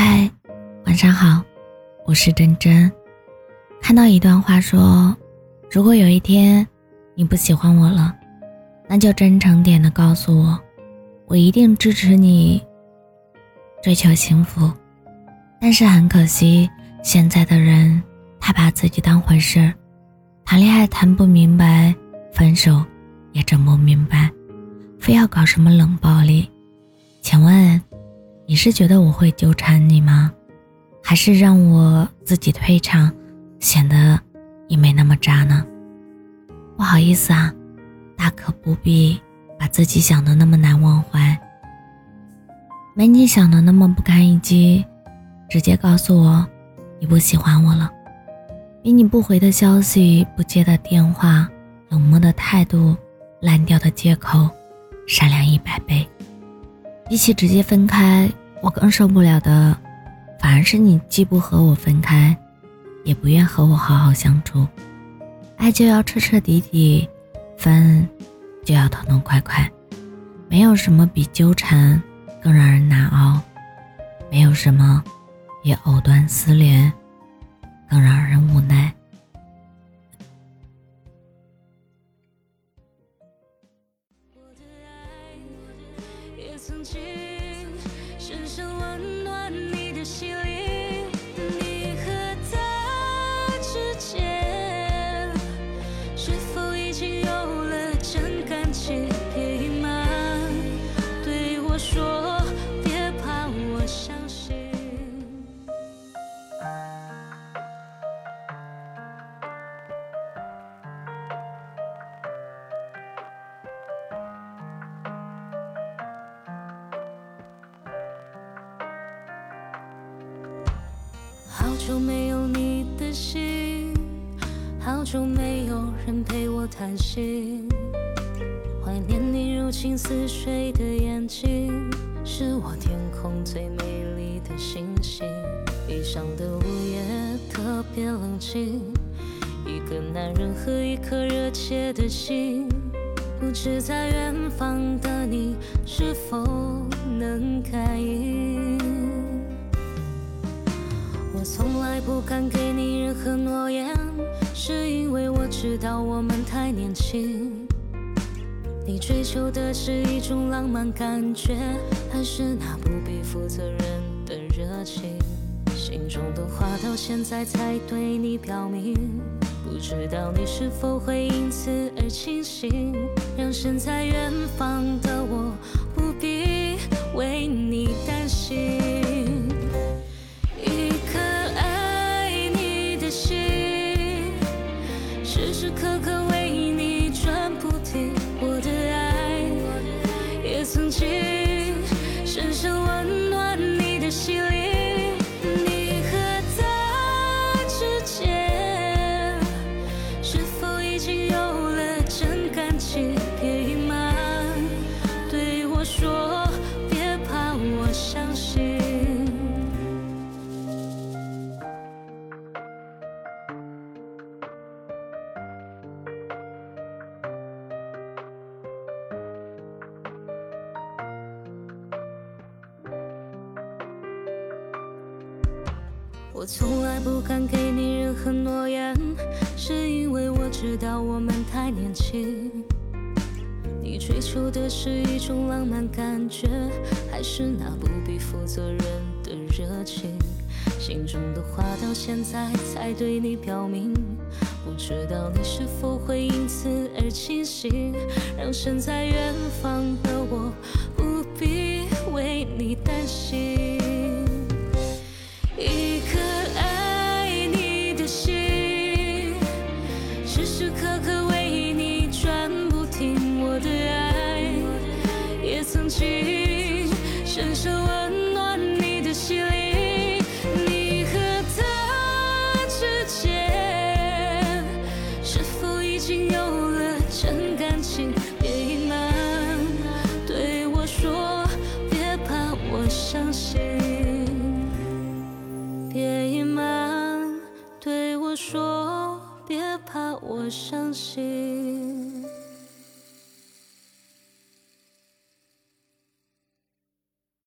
嗨，晚上好，我是真真。看到一段话说，如果有一天你不喜欢我了，那就真诚点的告诉我，我一定支持你追求幸福。但是很可惜，现在的人太把自己当回事，谈恋爱谈不明白，分手也整不明白，非要搞什么冷暴力。请问你是觉得我会纠缠你吗？还是让我自己退场，显得你没那么渣呢？不好意思啊，大可不必把自己想得那么难忘怀，没你想的那么不堪一击。直接告诉我你不喜欢我了，比你不回的消息，不接的电话，冷漠的态度，烂掉的借口，善良100倍。比起直接分开，我更受不了的反而是你既不和我分开，也不愿和我好好相处。爱就要彻彻底底，分就要痛痛快快。没有什么比纠缠更让人难熬，没有什么比藕断丝连更让人无奈。 也曾经深深温暖你的心灵，你和他之间是否已经有了真感情？别隐瞒，对我说，别怕我相信。好久没有你的信，好久没有人陪我谈心，怀念你如情似水的眼睛，是我天空最美丽的星星。异乡的午夜特别冷清，一个男人和一颗热切的心，不知在远方的你是否能感应。我从来不敢给你任何诺言，是因为我知道我们太年轻。你追求的是一种浪漫感觉，还是那不必负责任的热情？心中的话到现在才对你表明，不知道你是否会因此而清醒，让身在远方的我不必为你担心。时时刻刻为你转不停，我的爱也曾经深深温暖你的心灵，你和他之间是否已经有了真感情？别隐瞒，对我说，别怕我相信。我从来不敢给你任何诺言，是因为我知道我们太年轻。你追求的是一种浪漫感觉，还是那不必负责任的热情？心中的话到现在才对你表明，不知道你是否会因此而清醒，让身在远方的我不必为你担心。一颗爱你的心，时时刻刻为你转不停，我的爱也曾经深深